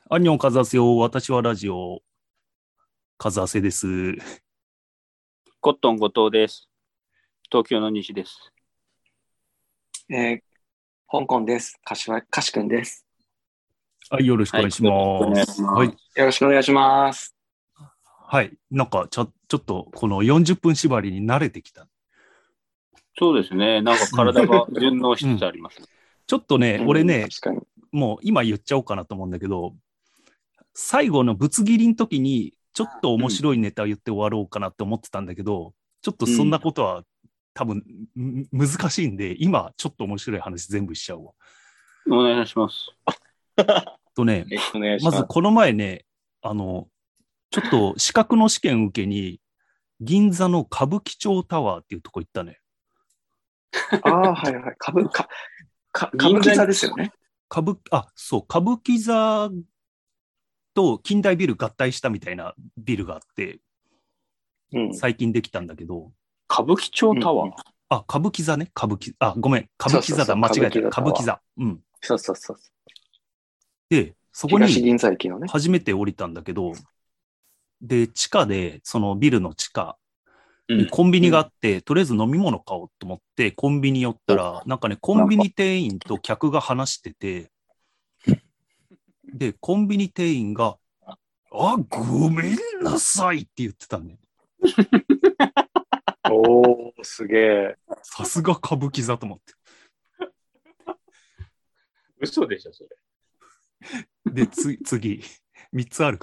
アンニョンカズアセよ。私はラジオ、カズアセです。 コットン後藤です。東京の西です。 香港です。カシ君です。 はい、よろしくお願いします。はい。 よろしくお願いします。 はい。なんかちょっとこの40分縛りに慣れてきた。 そうですね。なんか体が順応しつつあります、ねちょっとね、俺ね、 確かにもう今言っちゃおうかなと思うんだけど、最後のぶつ切りの時に、ちょっと面白いネタを言って終わろうかなって思ってたんだけど、ちょっとそんなことは多分難しいんで、今ちょっと面白い話全部しちゃおう。 お願いします。 とね、まずこの前ね、ちょっと資格の試験受けに、銀座の歌舞伎町タワーっていうとこ行ったね。 はいはい。歌舞伎座ですよね。 そう、歌舞伎座と近代ビル合体したみたいなビルがあって、最近できたんだけど。 歌舞伎町タワー、 歌舞伎座ね。ごめん。歌舞伎座だ。間違えた。歌舞伎座。 そう。 で、そこに初めて降りたんだけど、で、地下で、そのビルの地下にコンビニがあって、とりあえず飲み物買おうと思って、コンビニ寄ったら、なんかね、コンビニ店員と客が話してて、で、コンビニ店員が、ごめんなさいって言ってたね。 おー、すげえ。 さすが歌舞伎座と思って。 嘘でしょ、それ。で、次、3つあるから。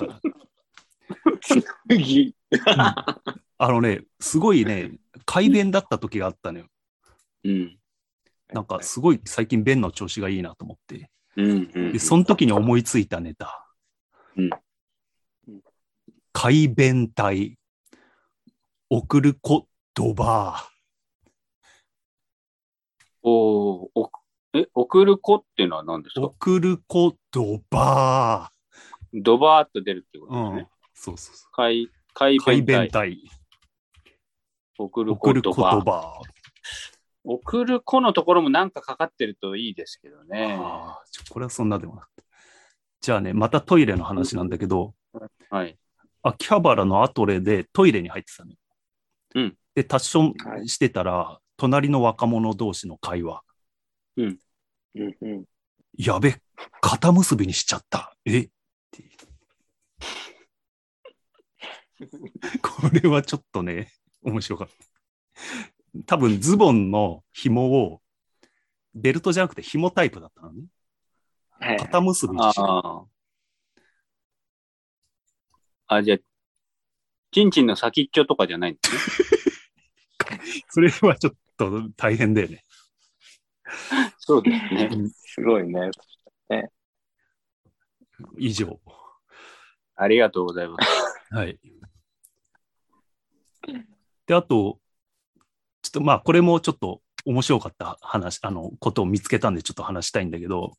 次、 すごいね、快便だった時があったのよ。なんかすごい最近便の調子がいいなと思って。で、その時に思いついたネタ。快便隊、送る言葉。 送る子っていうのは何ですか？ 送る言葉。 ドバーっと出るってことですね。 そう。 快便隊。送る言葉。送る子のところもなんかかかってるといいですけどね。 これはそんなでもなくて。じゃあね、またトイレの話なんだけど、秋葉原のアトレでトイレに入ってたね。で、タッションしてたら、隣の若者同士の会話。やべ、肩結びにしちゃった。これはちょっとね、面白かった。多分ズボンの紐をベルトじゃなくて紐タイプだったのね。肩結びにしちゃった。 じゃあ、チンチンの先っちょとかじゃないんですね。 それはちょっと大変だよね。 そうですね。 すごいね。 以上。 ありがとうございます。 はい。で、あと、ちょっとこれもちょっと面白かったことを見つけたんでちょっと話したいんだけど、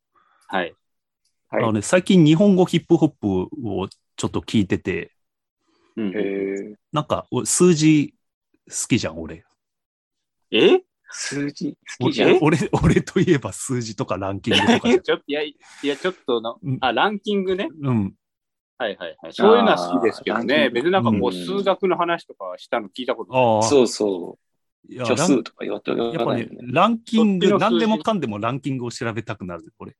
最近日本語ヒップホップをちょっと聞いてて、なんか数字好きじゃん、俺。 数字好きじゃん。 俺といえば数字とかランキングとか。 ちょっとランキングね。そういうのは好きですけどね。別になんかこう数学の話とかしたの聞いたことない。 そう。虚数とか言われてやっぱね、ランキング、何でもかんでもランキングを調べたくなる、俺。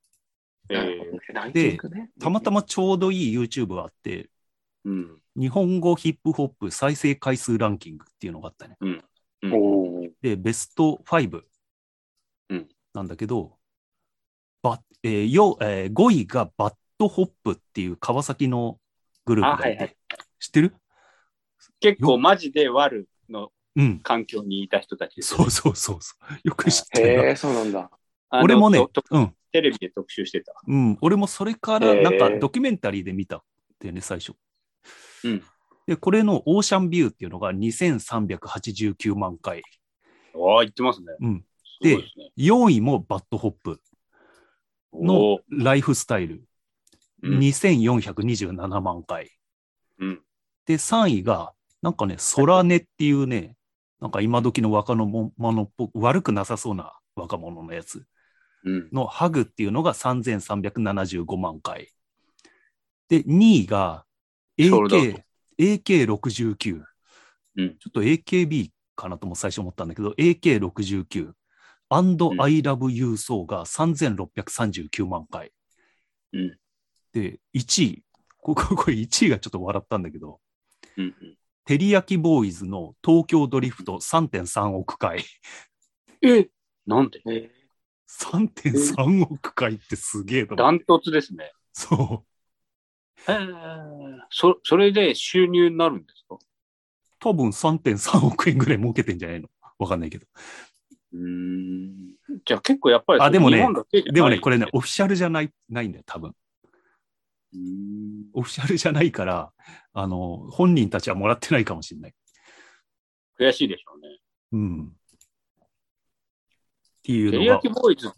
で、たまたまちょうどいい YouTube があって、日本語ヒップホップ再生回数ランキングっていうのがあったね。で、ベスト5なんだけど、5位がバッドホップっていう川崎のグループがいて、知ってる？ 結構マジで悪の環境にいた人たちです、 ね。そう。よく知ってる。 そうなんだ。 俺もね、 テレビで特集してた。 俺もそれからなんかドキュメンタリーで見たってね、最初。で、これのオーシャンビューっていうのが2389万回。 言ってますね。 で、4位もバッドホップのライフスタイル。2427万回。で、3位が、なんかね、ソラネっていうね、なんか今時の若者っぽく、悪くなさそうな若者のやつのハグっていうのが3375万回。 で、2位がソールドアウト AK69。 うん。 ちょっと AKB かなとも最初思ったんだけど、AK69。And うん I Love You So が3639万回。 うん。 で、1位。これ1位がちょっと笑ったんだけど、 うん。 テリヤキボーイズの東京ドリフト 3.3 億回。 なんで 3.3 億回ってすげえと思う。 ダントツですね。 そう。 それで収入になるんですか？ 多分 3.3 億円ぐらい儲けてんじゃないの？わかんないけど。 じゃあ結構やっぱりでもね日本だけじゃないでもね、これね、オフィシャルじゃないんだよ、多分。オフィシャルじゃないから、本人たちはもらってないかもしれない。 悔しいでしょうね。 うん。っていうテのが。 リヤキボーイズって、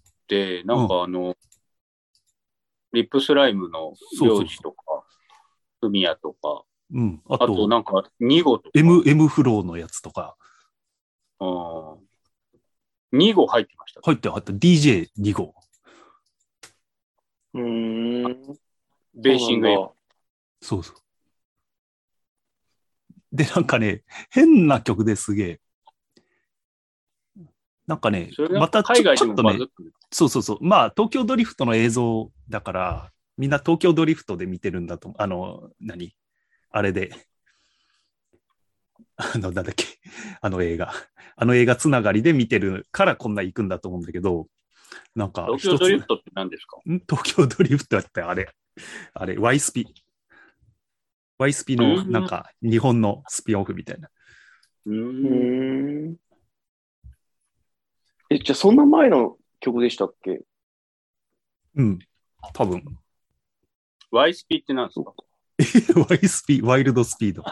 なんかリップスライムの領事とか、フミヤとか、 うん。 あとなんか2号とか。 M フローのやつとか。 2号入ってました。 入った。DJ2 号。 ベーシング。 そう。で、なんかね、変な曲ですげえ。なんかね、またちょっとね、そう。まあ、東京ドリフトの映像だから、みんな東京ドリフトで見てるんだと、あれで、なんだっけ、映画つながりで見てるからこんな行くんだと思うんだけど、なんか東京ドリフトって何ですか？ 東京ドリフトってあれ、ワイスピのなんか日本のスピンオフみたいな。 じゃあそんな前の曲でしたっけ？ うん、多分。 ワイスピって何ですか？ ワイルドスピード。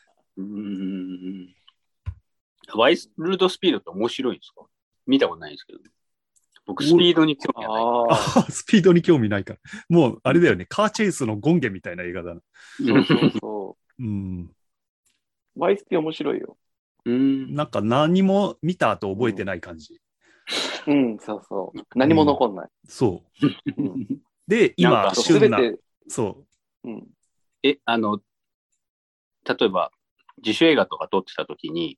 ワイルドスピードって面白いんですか？見たことないんですけど。僕、スピードに興味がない。 スピードに興味ないから。もう、あれだよね。カーチェイスのゴンゲみたいな映画だな。 そう。 うん。 ワイスピ面白いよ。 なんか何も見た後覚えてない感じ。 そう。何も残んない。 そう。で、今、旬な。そう。 例えば、自主映画とか撮ってた時に、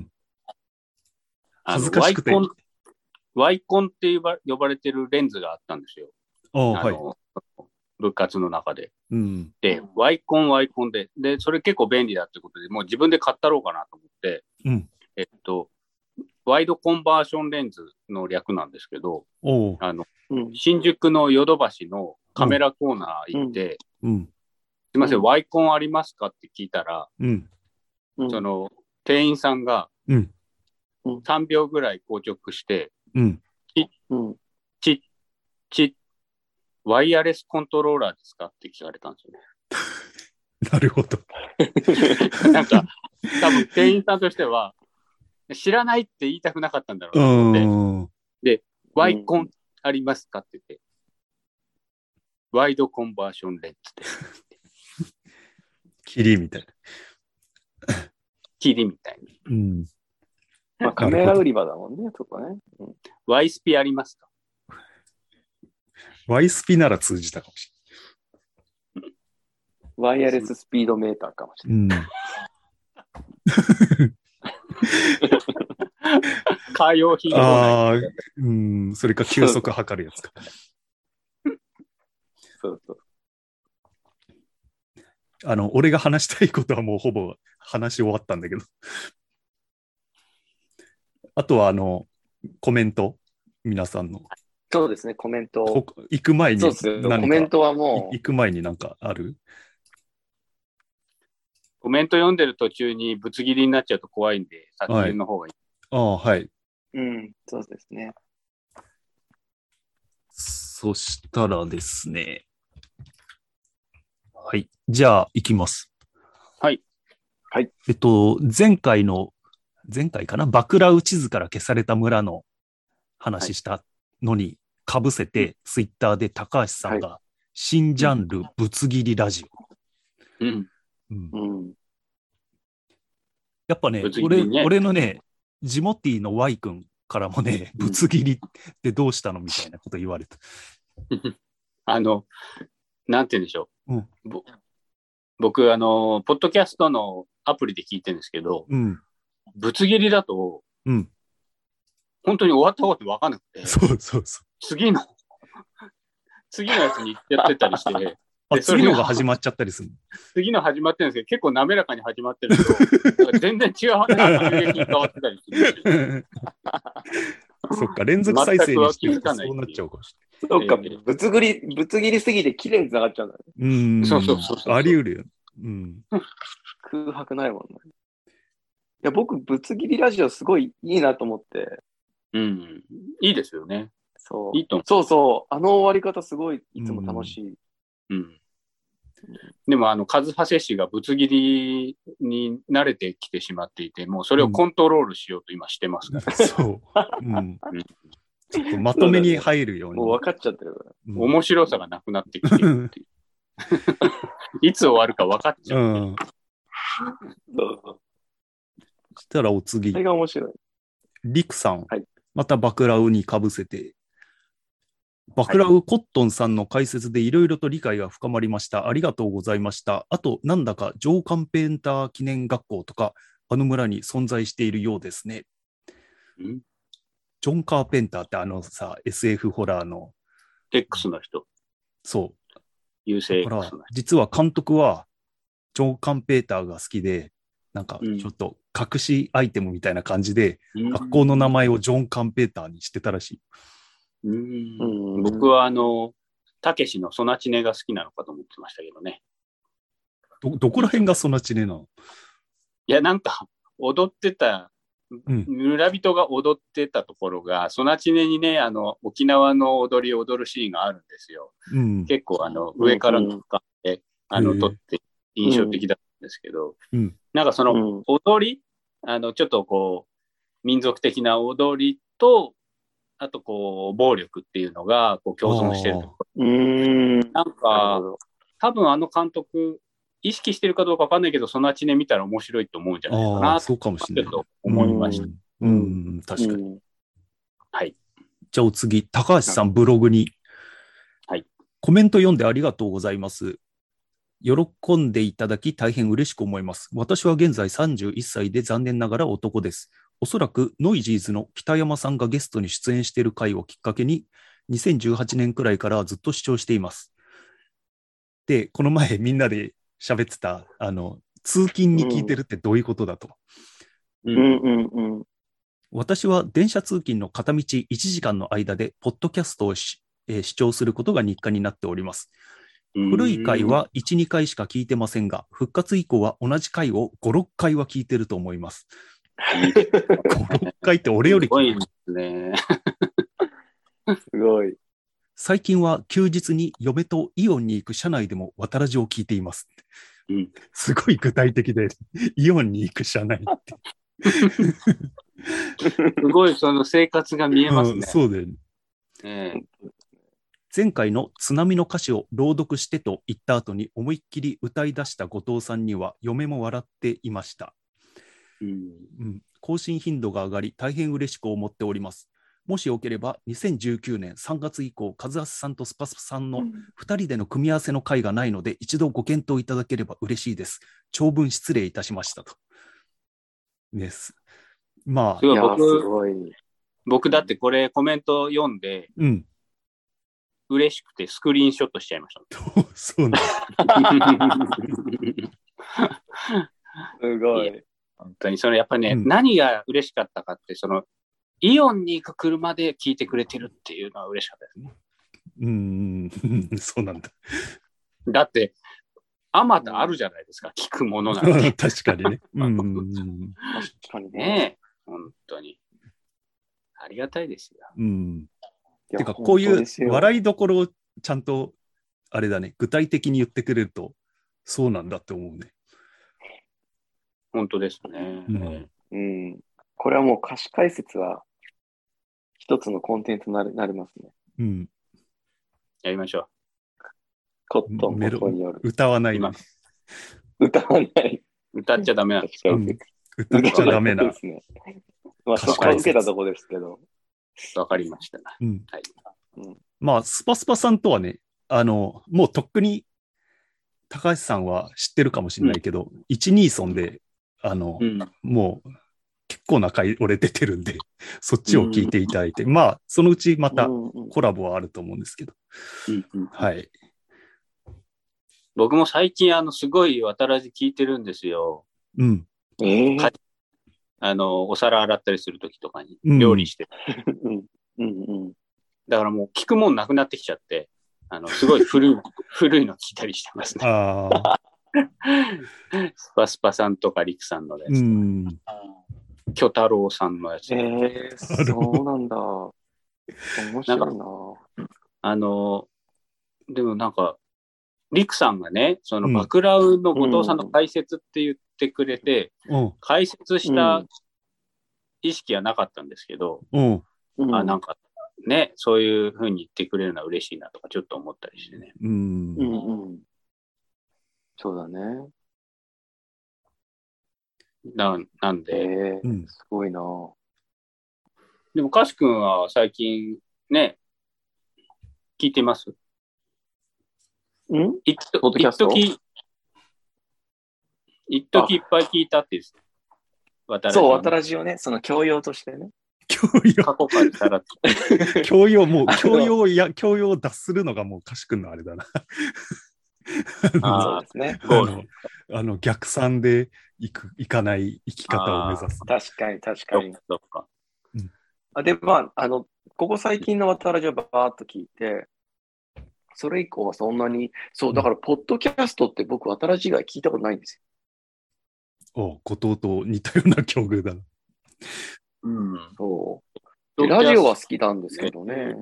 恥ずかしくて。 ワイコンって呼ばれてるレンズがあったんですよ。仏活の中で。で、ワイコンで、それ結構便利だってことで、もう自分で買ったろうかなと思って、ワイドコンバーションレンズの略なんですけど、新宿のヨドバシのカメラコーナー行って、すいません、ワイコンありますかって聞いたら、その店員さんが3秒ぐらい硬直して、ワイヤレスコントローラーですかって聞かれたんですよね。 なるほど。 なんか、多分店員さんとしては、知らないって言いたくなかったんだろうなと思って。で、ワイコンありますかって言って、ワイドコンバーションレンズで。 霧みたいな。 霧みたいな。まあ、カメラ売り場だもんね、そこね。 ワイスピありますか？ ワイスピなら通じたかもしれない。ワイヤレススピードメーターかもしれない。 カー用品それか急速測るやつか。 そう。 俺が話したいことはもうほぼ話し終わったんだけど。あとはコメント、皆さんの。 そうですね、コメント。 行く前にコメントはもう。 行く前になんかある？ コメント読んでる途中にぶつ切りになっちゃうと怖いんで、先の方がいい。 はい。 そうですね。 そしたらですね。はい。じゃあ、行きます。 はい。 前回かな、バクラウ地図から消された村の話したのに被せて、ツイッターで高橋さんが、新ジャンルぶつ切りラジオ。やっぱね、俺のね、ジモティの Y 君からもね、ぶつ切りってどうしたのみたいなこと言われた。 なんて言うんでしょう。 うん、 僕、ポッドキャストのアプリで聞いてるんですけど、 うん、 ぶつ切りだと、 うん。 本当に終わったこと分かんなくて、 そうそうそう。 次のやつに行っちゃってたりして、 次のが始まっちゃったりする。 次の始まってるんですけど、結構滑らかに始まってると、全然違う急激に変わってたりするんですよ。 そっか、連続再生にしてるとそうなっちゃうかもしれない。そっか、ぶつ切りすぎて綺麗に繋がっちゃうんだね。 そう。 あり得るよ。 空白ないもんね。いや、僕、ぶつ切りラジオすごいいいなと思って。 いいですよね。 そう。いいと思う。そう。終わり方すごいいつも楽しい。 でも、カズハセ氏がぶつ切りに慣れてきてしまっていて、もうそれをコントロールしようと今してますから。 そう。ちょっとまとめに入るように。 もう分かっちゃってるから。 面白さがなくなってきてるっていう。いつ終わるか分かっちゃう。 そしたらお次。 それが面白い。 リクさん。またバクラウにかぶせて。バクラウコットンさんの解説でいろいろと理解が深まりました。ありがとうございました。あと、なんだかジョー・カンペンター記念学校とか、あの村に存在しているようですね。ジョン・カーペンターってSF ホラーの。 X の人。 そう。 優勢 X の人。 実は監督は、ジョン・カンペンターが好きで、なんかちょっと隠しアイテムみたいな感じで、学校の名前をジョン・カンペンターにしてたらしい。 僕はたけしのソナチネが好きなのかと思ってましたけどね。 どこら辺がソナチネなの？ いや、なんか踊ってた、村人が踊ってたところが、ソナチネにね、沖縄の踊りを踊るシーンがあるんですよ。結構上からの俯瞰で撮って印象的だったんですけど、なんかその踊り、ちょっとこう、民族的な踊りと、あとこう暴力っていうのがこう共存してるところ。なんか多分監督意識してるかどうかわかんないけど、ソナチネ見たら面白いと思うんじゃないかなそうかもしれないと思いました。 確かに。 はい。 じゃあお次、高橋さんブログに、コメント読んでありがとうございます。喜んでいただき大変嬉しく思います。私は現在31歳で残念ながら男です。おそらくノイジーズの北山さんがゲストに出演している回をきっかけに2018年くらいからずっと視聴しています。で、この前みんなで喋ってた通勤に聞いてるってどういうことだと。私は電車通勤の片道1時間の間でポッドキャストを視聴することが日課になっております。古い回は1、2回しか聞いてませんが、復活以降は同じ回を5、6回は聞いてると思います。5、6回って俺より聞いてる。すごいですね。 すごい。 最近は休日に嫁とイオンに行く車内でも渡らじを聞いています。すごい具体的で、イオンに行く車内って。 すごいその生活が見えますね。 そうだよね。前回の津波の歌詞を朗読してと言った後に思いっきり歌い出した後藤さんには嫁も笑っていました。更新頻度が上がり大変嬉しく思っております。もしよければ2019年3月以降、和橋さんとスパスパさんの2人での組み合わせの回がないので、一度ご検討いただければ嬉しいです。長文失礼いたしましたと。です。まあ、 僕だってこれコメント読んで、嬉しくてスクリーンショットしちゃいました。 そうなんすごい。 本当にそれやっぱりね、何が嬉しかったかって、そのイオンに行く車で聞いてくれてるっていうのは嬉しかったですね。そうなんだ。 だって、あまたあるじゃないですか、聞くものなんて。 確かにね。 確かにね。 本当に。ありがたいですよ。 てか、こういう笑いどころをちゃんと、あれだね、具体的に言ってくれると、そうなんだって思うね。 本当ですね。 これはもう歌詞解説は一つのコンテンツになりますね。 やりましょう。コットンによる。 歌わない。 歌わない。 歌っちゃダメなんですか？ 歌っちゃダメな。 ですね。まあ、そこは受けたとこですけど。 わかりました。 まあ、スパスパさんとはね、 もうとっくに高橋さんは知ってるかもしれないけど、123で、もう結構な回俺出てるんで、そっちを聞いていただいて、まあ、そのうちまたコラボはあると思うんですけど。はい。 僕も最近、すごい渡らじ聞いてるんですよ。 うん。 お皿洗ったりするときとかに、料理して。だからもう聞くもんなくなってきちゃって、すごい古いの聞いたりしてますね。スパスパさんとかリクさんのやつとか。巨太郎さんのやつ。 そうなんだ。面白いな。 でもなんか、リクさんがね、そのバクラウの後藤さんの解説って言ってくれて、解説した意識はなかったんですけど、なんかね、そういう風に言ってくれるのは嬉しいなとかちょっと思ったりしてね。 そうだね。 なんで、 すごいな。 でも、カシ君は最近ね、聞いてます？一時いっぱい聞いたってそう、渡らじをね、その教養としてね。 教養。 過去からさらっと。教養を脱するのがもうカシ君のあれだな。 そうですね。 逆算でいかない生き方を目指す。 確かに。で、まあ、ここ最近の渡らじをバーっと聞いて、それ以降はそんなに、そう、だから、ポッドキャストって僕、渡らじ以外聞いたことないんですよ。後藤と似たような境遇だな。 そう。ラジオは好きなんですけどね。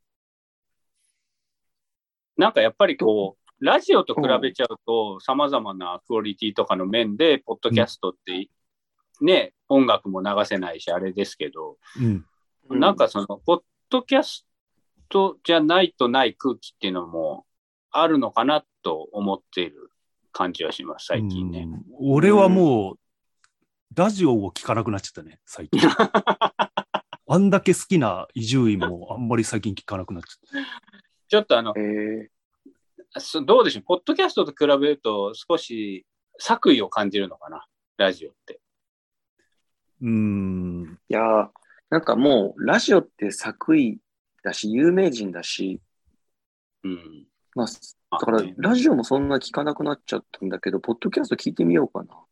なんかやっぱりこう、ラジオと比べちゃうと、様々なクオリティとかの面で、ポッドキャストってね、音楽も流せないし、あれですけど、なんかその、ポッドキャストじゃないとない空気っていうのもあるのかなと思っている感じはします、最近ね。 俺はもう、ラジオを聞かなくなっちゃったね、最近。あんだけ好きな伊集院もあんまり最近聞かなくなっちゃった。 ちょっとどうでしょう、ポッドキャストと比べると少し作為を感じるのかな、ラジオって。 いや、なんかもう、ラジオって作為だし、有名人だし、まあ、だから、ラジオもそんな聞かなくなっちゃったんだけど、ポッドキャスト聞いてみようかな。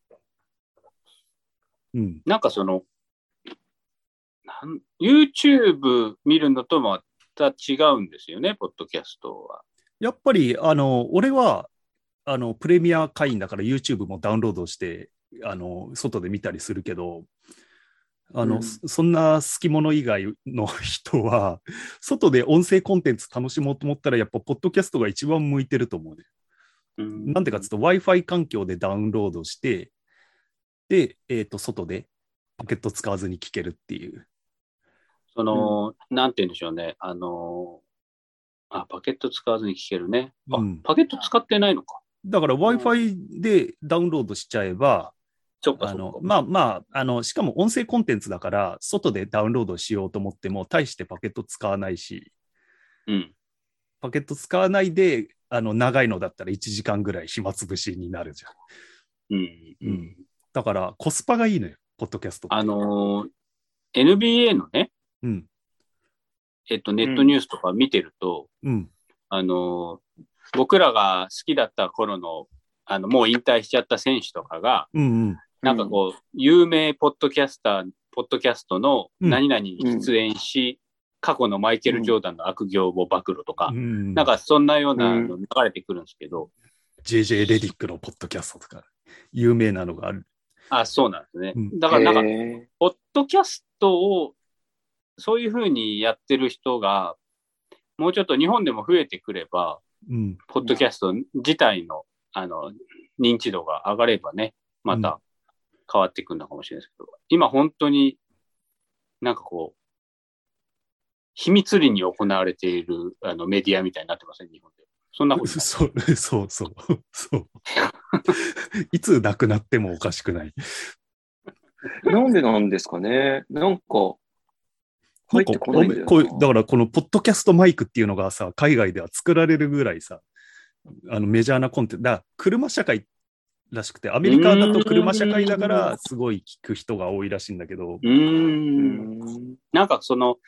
なんかその、YouTube 見るのとまた違うんですよね、ポッドキャストは。 やっぱり、俺は、プレミア会員だから YouTube もダウンロードして、外で見たりするけど、そんな好き者以外の人は、外で音声コンテンツ楽しもうと思ったら、やっぱ、ポッドキャストが一番向いてると思うね。なんでかっていうと、Wi-Fi 環境でダウンロードして、で、外でパケット使わずに聞けるっていう。 なんて言うんでしょうね。パケット使わずに聞けるね。パケット使ってないのか。 だから Wi-Fi でダウンロードしちゃえば、しかも音声コンテンツだから、外でダウンロードしようと思っても、大してパケット使わないし、パケット使わないで、長いのだったら1時間ぐらい暇つぶしになるじゃん。だから、コスパがいいのよ、ポッドキャストって。 NBA のね、ネットニュースとか見てると、僕らが好きだった頃の、もう引退しちゃった選手とかが、なんかこう、有名ポッドキャストの何々に出演し、過去のマイケル・ジョーダンの悪行を暴露とか、なんかそんなようなの流れてくるんですけど、 JJ レディックのポッドキャストとか、有名なのがある。 そうなんですね。だからなんか、ポッドキャストを、そういうふうにやってる人が、もうちょっと日本でも増えてくれば、ポッドキャスト自体の、認知度が上がればね、また変わってくるのかもしれないですけど、今本当になんかこう、秘密裏に行われているメディアみたいになってません、日本で。そんなことない。 そう。いつなくなってもおかしくない。 なんでなんですかね。なんか、 入ってこないんだよな。 だからこのポッドキャストマイクっていうのがさ、海外では作られるぐらいさ、メジャーなコンテンツ、だから車社会らしくて、アメリカだと車社会だからすごい聞く人が多いらしいんだけど。 なんかその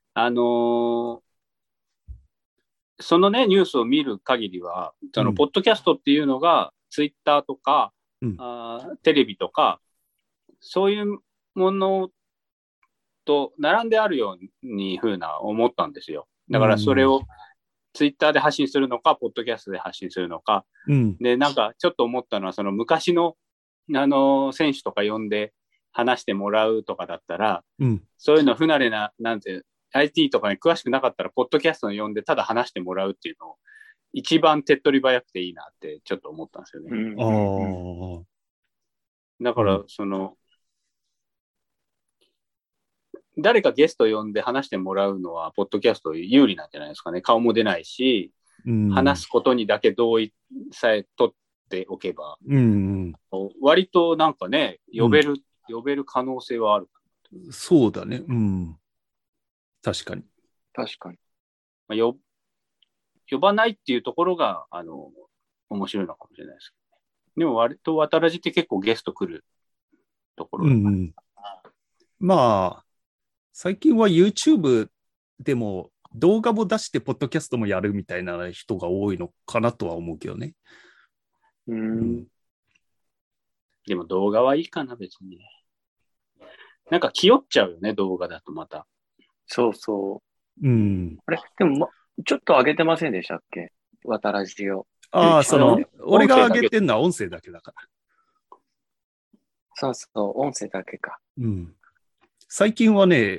ね、ニュースを見る限りは、そのポッドキャストっていうのが、ツイッターとか、テレビとか、そういうものと並んであるようにふうな思ったんですよ。だからそれをツイッターで発信するのか、ポッドキャストで発信するのか。で、なんかちょっと思ったのは、その昔の、選手とか呼んで話してもらうとかだったら、そういうの不慣れな、なんて、IT とかに詳しくなかったら、ポッドキャストに呼んでただ話してもらうっていうのを、一番手っ取り早くていいなってちょっと思ったんですよね。だから、誰かゲスト呼んで話してもらうのは、ポッドキャスト有利なんじゃないですかね。顔も出ないし、話すことにだけ同意さえ取っておけば、割となんかね、呼べる可能性はある。 そうだね。確かに。 確かに。 呼ばないっていうところが、面白いのかもしれないですけどね。でも割と渡らじって結構ゲスト来るところ。 まあ、最近は YouTube でも動画も出してポッドキャストもやるみたいな人が多いのかなとは思うけどね。 でも動画はいいかな、別に。なんか気負っちゃうよね、動画だとまた。 そうそう。あれでも、ちょっと上げてませんでしたっけ、渡らじを。 俺が上げてんのは音声だけだから。 そうそう、音声だけか。 最近はね、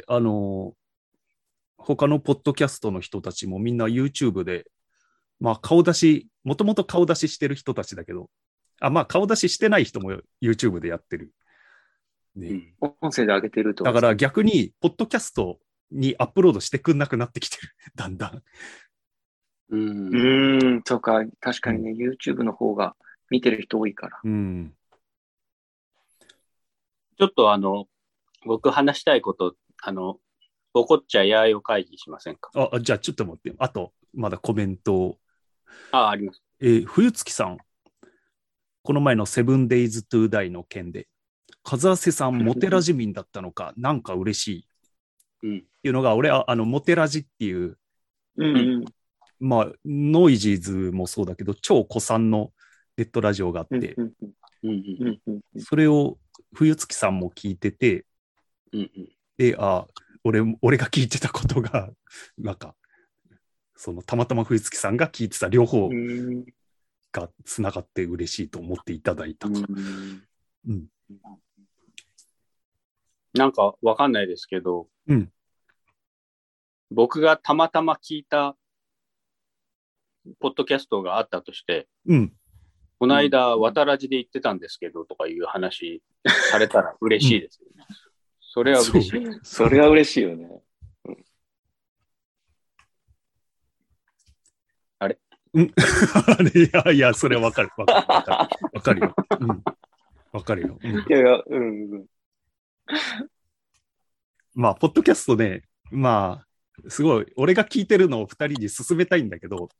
他のポッドキャストの人たちもみんな YouTube で、まあ顔出し、もともと顔出ししてる人たちだけど、まあ顔出ししてない人も YouTube でやってる。 音声で上げてると。 だから逆に、ポッドキャストにアップロードしてくんなくなってきてる、だんだん。 そうか、確かにね、YouTube の方が見てる人多いから。 ちょっと僕話したいこと、怒っちゃやーよ会議しませんか？ じゃあちょっと待って、あと、まだコメントを。 あります。 冬月さん、この前のセブンデイズトゥーダイの件で、風瀬さん、モテラジ民だったのか、なんか嬉しい。っていうのが、俺は、モテラジっていう、まあ、ノイジーズもそうだけど、超古参のネットラジオがあって、それを冬月さんも聞いてて、で、俺が聞いてたことが、なんか、たまたま冬月さんが聞いてた両方がつながって嬉しいと思っていただいたと。 なんかわかんないですけど、僕がたまたま聞いたポッドキャストがあったとして、この間、渡らじで言ってたんですけどとかいう話されたら嬉しいですよね。それは嬉しい。 それは嬉しいよね。 あれいや、それはわかる。わかるよ。わかるよ。まあ、ポッドキャストね、まあ、すごい、俺が聞いてるのを2人に勧めたいんだけど、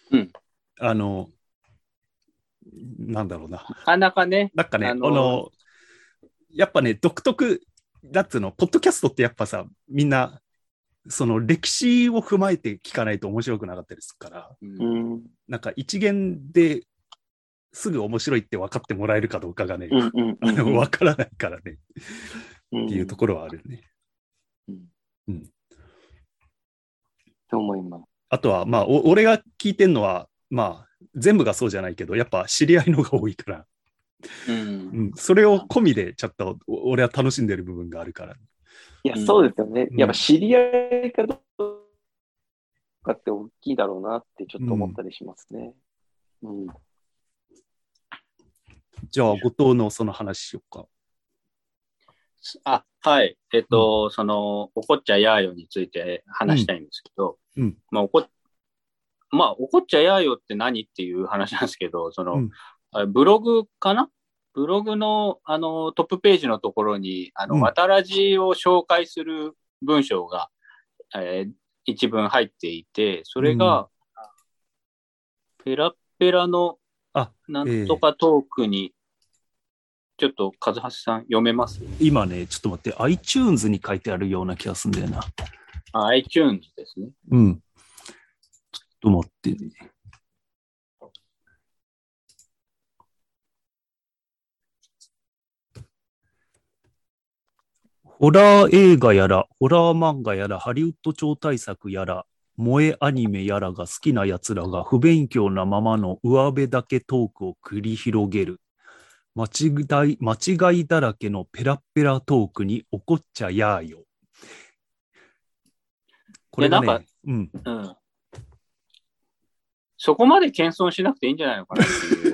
なんだろうな。 なかなかね。 なんかね、やっぱね、独特だっつうの、ポッドキャストってやっぱさ、みんな、歴史を踏まえて聞かないと面白くなかったりするから、なんか一元ですぐ面白いって分かってもらえるかどうかがね、分からないからね、っていうところはあるよね。 と思います。 あとは、まあ、俺が聞いてんのは、まあ、全部がそうじゃないけど、やっぱ知り合いのが多いから、それを込みでちょっと俺は楽しんでる部分があるから。 いや、そうですよね。やっぱ知り合いかどうかって大きいだろうなってちょっと思ったりしますね。 じゃあ、後藤のその話しようか。 はい。怒っちゃやーよについて話したいんですけど、怒っちゃやーよって何っていう話なんですけど、ブログかな？ブログの、トップページのところに、渡らじを紹介する文章が一文入っていて、それが、ペラペラのなんとかトークに、ちょっと和橋さん読めます？ 今ね、ちょっと待って、iTunes に書いてあるような気がするんだよな。 iTunes ですね。 うん。ちょっと待ってね。ホラー映画やら、ホラー漫画やら、ハリウッド超大作やら、萌えアニメやらが好きな奴らが不勉強なままの上辺だけトークを繰り広げる。間違いだらけのペラペラトークに怒っちゃやーよ。これがね、 そこまで謙遜しなくていいんじゃないのかなっていう。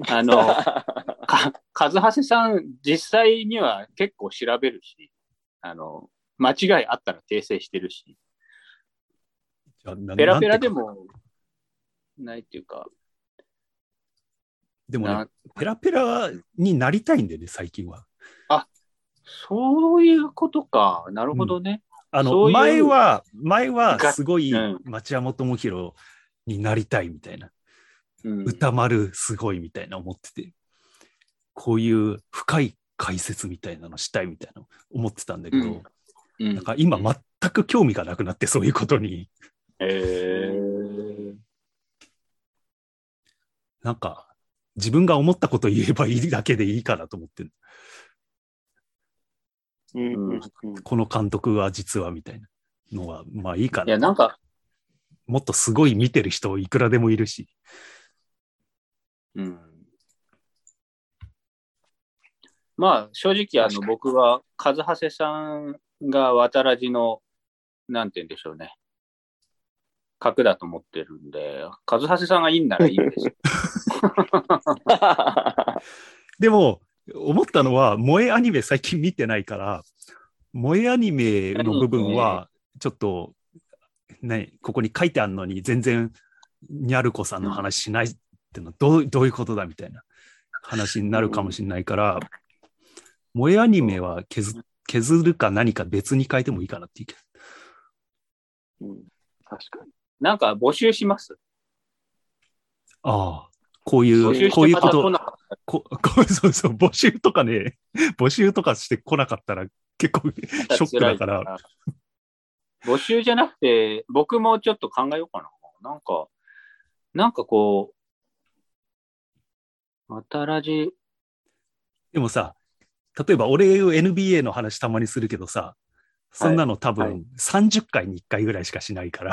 和橋さん、実際には結構調べるし、間違いあったら訂正してるし、ペラペラでもないっていうか。 でもね、ペラペラになりたいんでね、最近は。 あ、そういうことか。なるほどね。 前はすごい町山智博になりたいみたいな。歌丸すごいみたいな思ってて、こういう深い解説みたいなのしたいみたいな思ってたんだけど、なんか今全く興味がなくなって、そういうことに。なんか自分が思ったことを言えばいいだけでいいかなと思ってる。この監督は実はみたいなのはまあいいかな。 いやなんかもっとすごい見てる人いくらでもいるし。 まあ正直僕は和橋さんが渡らじのなんて言うんでしょうね、核だと思ってるんで、和橋さんがいいんならいいんですよ。 でも思ったのは、萌えアニメ最近見てないから、萌えアニメの部分はちょっとね、ここに書いてあるのに全然ニャルコさんの話しないってのはどういうことだみたいな話になるかもしれないから、萌えアニメは削るか何か別に書いてもいいかなっていうけど。確かに。 なんか募集します。 ああ、こういうこと、そうそう、募集とかね、募集とかしてこなかったら結構ショックだから。 募集じゃなくて、僕もちょっと考えようかな。なんかこう、新しい。 でもさ、例えば俺 NBA の話たまにするけどさ、そんなの多分30回に1回ぐらいしかしないから。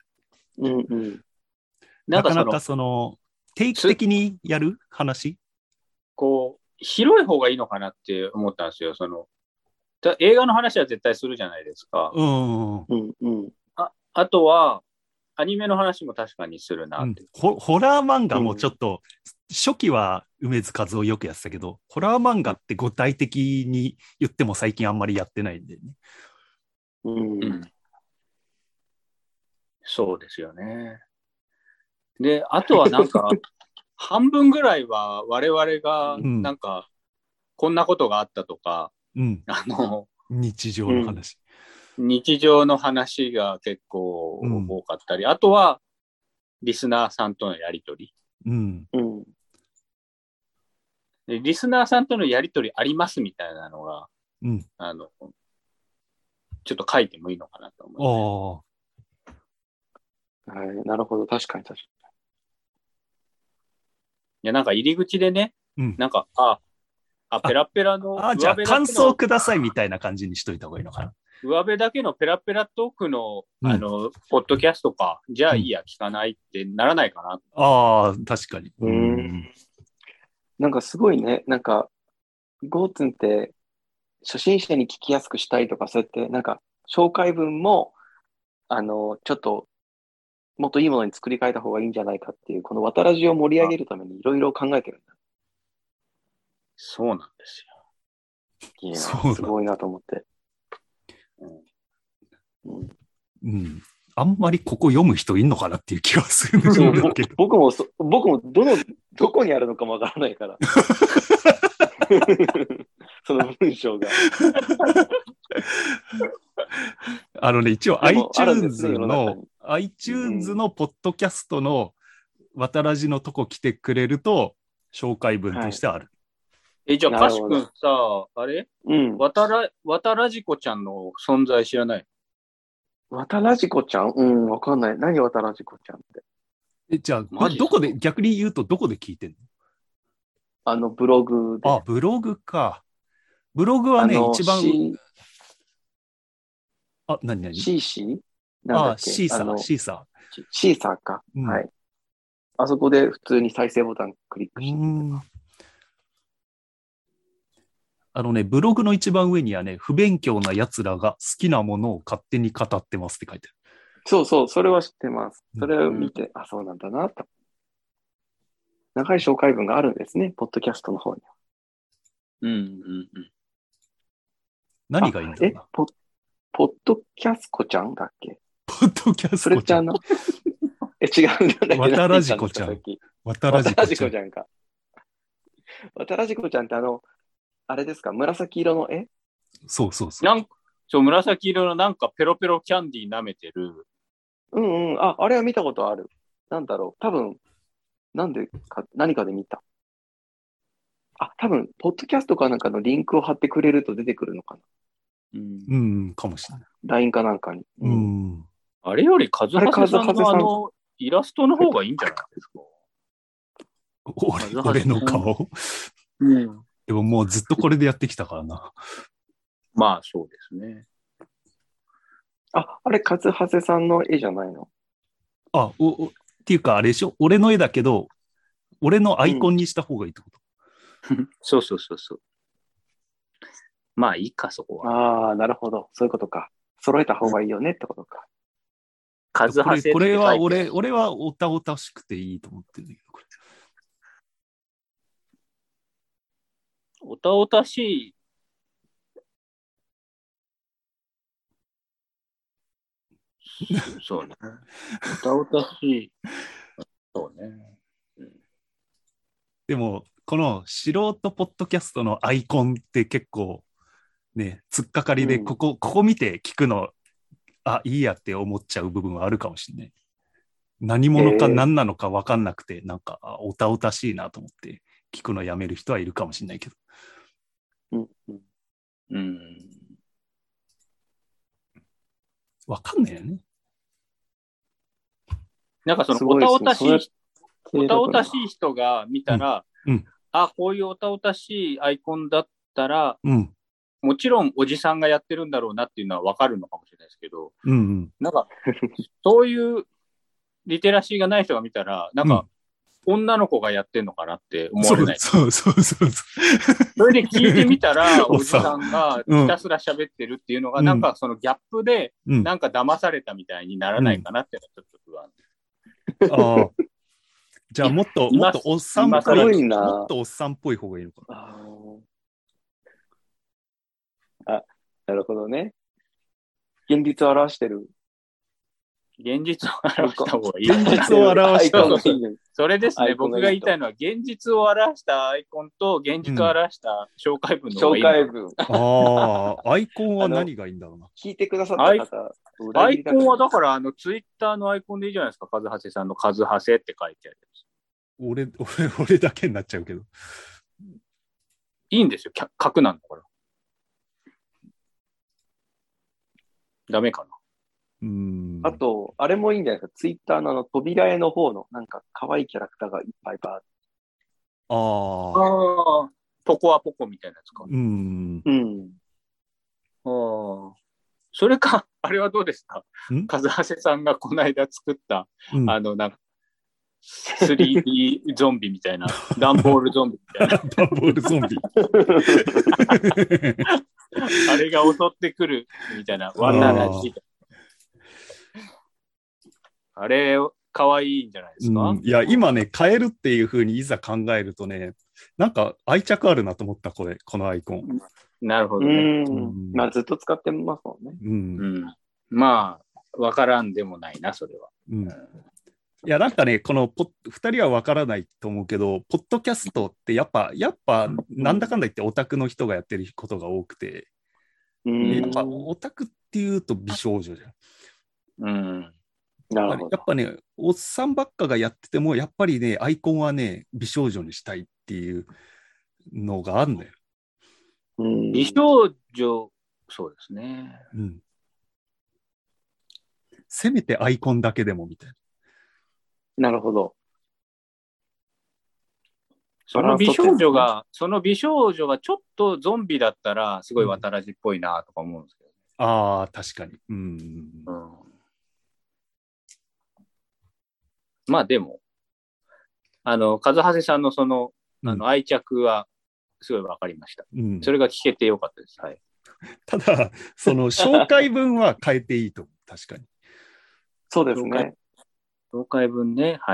なかなかその、定期的にやる話？ こう、広い方がいいのかなって思ったんですよ。映画の話は絶対するじゃないですか。あとは、アニメの話も確かにするなって、 ホラー漫画もちょっと、初期は梅津和夫よくやってたけど、ホラー漫画って具体的に言っても最近あんまりやってないんでね。 そうですよね。で、あとはなんか、半分ぐらいは我々がなんか、こんなことがあったとか、 日常の話。 日常の話が結構多かったり、あとはリスナーさんとのやりとり。でリスナーさんとのやりとりありますみたいなのが、ちょっと書いてもいいのかなと思う。はい、なるほど、確かに。いや、なんか入り口でね、なんか、ペラペラの。 じゃあ感想くださいみたいな感じにしといた方がいいのかな。 上辺だけのペラペラトークの、ポッドキャストか、じゃあいいや、聞かないってならないかな。 確かに。 なんかすごいね、なんか、ゴーツンって初心者に聞きやすくしたいとか、そうやって、なんか、紹介文も、ちょっと、もっといいものに作り変えた方がいいんじゃないかっていう、この渡らじを盛り上げるためにいろいろ考えてるんだ。 そうなんですよ。いや、すごいなと思って。 あんまりここ読む人いんのかなっていう気がするんだけど。 僕もどこにあるのかもわからないから。その文章が。 一応 iTunes のポッドキャストの渡らじのとこ来てくれると、紹介文としてある。 じゃあ、かしくんさ、あれ渡らじこちゃんの存在知らない？ 渡らじこちゃん？わかんない。何渡らじこちゃんって。 じゃあ、どこで、逆に言うとどこで聞いてんの？ブログで。 ブログか。ブログはね、一番。何シーシー？ シーサー。 シーサーか。はい。あそこで普通に再生ボタンクリックして。 ブログの一番上にはね、不勉強な奴らが好きなものを勝手に語ってますって書いてある。 そう、それは知ってます。それを見て、そうなんだなと。長い紹介文があるんですね、ポッドキャストの方には。 何がいいんだろうな。 ポッドキャスコちゃんだっけ？ ポッドキャスコちゃん。 違うんだ。 渡らじこちゃん。 渡らじこちゃんか。渡らじこちゃんってあれですか？紫色の絵？ そう。 紫色のなんかペロペロキャンディー舐めてる。 あれは見たことある。なんだろう。多分、何かで見た。多分、ポッドキャストかなんかのリンクを貼ってくれると出てくるのかな。 かもしれない。 LINE かなんかに。 あれよりカズハセさんのイラストの方がいいんじゃないですか？ 俺の顔。でももうずっとこれでやってきたからな。 まあそうですね。 あれカズハセさんの絵じゃないの？ っていうかあれでしょ？俺の絵だけど、俺のアイコンにした方がいいってこと？ そう。まあいいか、そこは。 なるほど。そういうことか。揃えた方がいいよねってことか。 カズハセ。 これは俺はおたおたしくていいと思ってるんだけど、これ。 おたおたしい。そうね。おたおたしい。そうね。 でも、この素人ポッドキャストのアイコンって結構ね、突っかかりで、ここ見て聞くの、いいやって思っちゃう部分はあるかもしれない。何者か何なのか分かんなくて、なんか、おたおたしいなと思って聞くのやめる人はいるかもしれないけど。分かんないよね。 なんかそのおたおたしい人が見たら、こういうおたおたしいアイコンだったら、もちろんおじさんがやってるんだろうなっていうのは分かるのかもしれないですけど、なんかそういうリテラシーがない人が見たら、なんか女の子がやってんのかなって思われない。 そう。 それで聞いてみたら、おじさんがひたすら喋ってるっていうのが、なんかそのギャップで、なんか騙されたみたいにならないかなっていうのはちょっと不安。 じゃあもっとおっさんっぽい、もっとおっさんっぽい方がいいのかな。なるほどね。現実を表してる。 現実を表した方がいい。 現実を表した方がいい。 それですね。僕が言いたいのは、現実を表したアイコンと現実を表した紹介文の方がいい。 紹介文。 アイコンは何がいいんだろうな。 聞いてくださった方。 アイコンはだから、ツイッターのアイコンでいいじゃないですか。カズハセさんのカズハセって書いてあるやつ。俺だけになっちゃうけど。 いいんですよ。角なんだから。ダメかな。 あと、あれもいいんじゃないですか。ツイッターの扉絵の方の、なんか可愛いキャラクターがいっぱいバーって。 ポコアポコみたいなやつか。それか、あれはどうですか？カズハセさんがこの間作った、なんか、3D ゾンビみたいな、ダンボールゾンビみたいな。 ダンボールゾンビ。 あれが襲ってくるみたいな、罠らしい。あれ、かわいいんじゃないですか？ いや、今ね、変えるっていうふうにいざ考えるとね、なんか愛着あるなと思った、このアイコン。 なるほどね。 まあ、ずっと使ってますもんね。まあ、わからんでもないな、それは。 いや、なんかね、この2人はわからないと思うけど、ポッドキャストってやっぱなんだかんだ言ってオタクの人がやってることが多くて、 やっぱオタクっていうと美少女じゃん。 なるほど。 やっぱね、おっさんばっかがやってても、やっぱりね、アイコンはね、美少女にしたいっていうのがあるんだよ。 美少女、そうですね。 せめてアイコンだけでもみたいな。なるほど。 その美少女がちょっとゾンビだったら、すごい渡らじっぽいなとか思うんですけど、 ああ、確かに。 まあでも、和橋さんのその、愛着はすごいわかりました。それが聞けてよかったです。はい。 ただ、その紹介文は変えていいと思う。確かに。 そうですね。 紹介文ね。はい。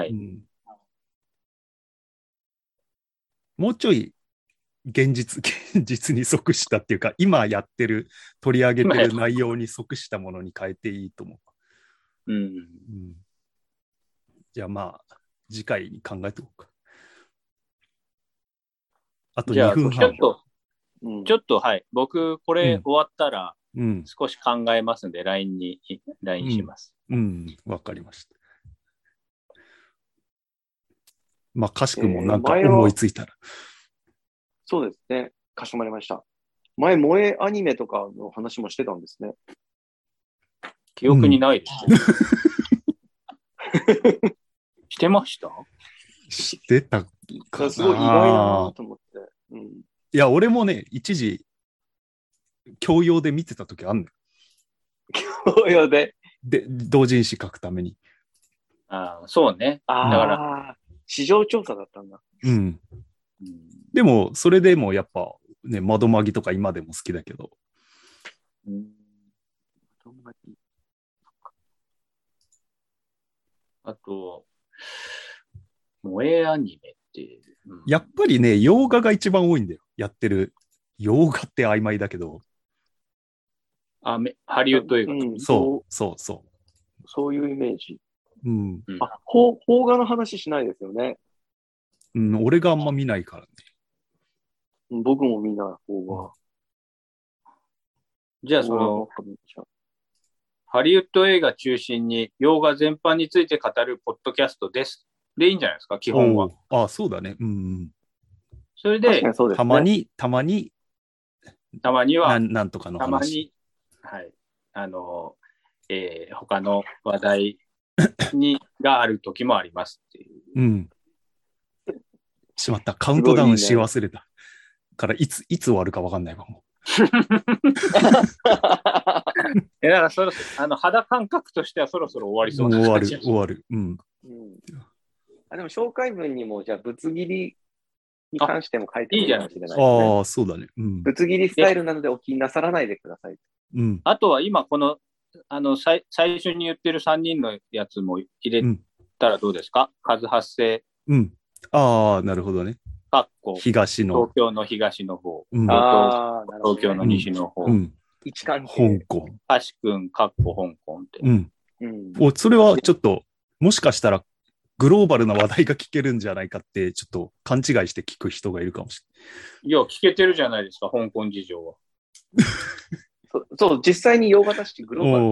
もうちょい現実に即したっていうか、今やってる、取り上げてる内容に即したものに変えていいと思う。じゃあまあ、次回に考えておこうか。あと2分半。 ちょっと、はい。僕、これ終わったら、少し考えますんで、LINE します。 わかりました。まあ、かしくもなんか思いついたら。 そうですね。かしこまりました。前、萌えアニメとかの話もしてたんですね。 記憶にないですね。してました？ してたかな。 すごい意外だなと思って。 いや、俺もね、一時、教養で見てた時あんのよ。 教養で同人誌書くために。 そうね。だから、 市場調査だったんだ。 でも、それでもやっぱ、ね、窓マギとか今でも好きだけど。 あと、萌えアニメって、 やっぱりね、洋画が一番多いんだよ。やってる。洋画って曖昧だけど。 ハリウッド映画、 そういうイメージ。邦画の話しないですよね。 俺があんま見ないからね。 僕も見ない邦画。 じゃあハリウッド映画中心に洋画全般について語るポッドキャストです。でいいんじゃないですか、基本は。 そうだね。 それで、 たまには、 なんとかの話。 たまに、はい。他の話題がある時もありますっていう。 しまった。カウントダウンし忘れた。からいつ終わるか分かんないわ、もう。 だからそろそろ肌感覚としてはそろそろ終わりそうな感じ。 終わる。 でも紹介文にもじゃあぶつ切りに関しても書いてもいいかもしれないですね。 そうだね。 ぶつ切りスタイルなのでお気になさらないでください。 あとは今この最初に言ってる3人のやつも入れたらどうですか？数発生。 なるほどね。東の。 東京の東の方。 東京の西の方。 位置関係。香港。 橋くん、香港って。 それはちょっと、もしかしたらグローバルな話題が聞けるんじゃないかって、ちょっと勘違いして聞く人がいるかもしれない。 いや、聞けてるじゃないですか、香港事情は。 そう、実際に洋画だし、グローバル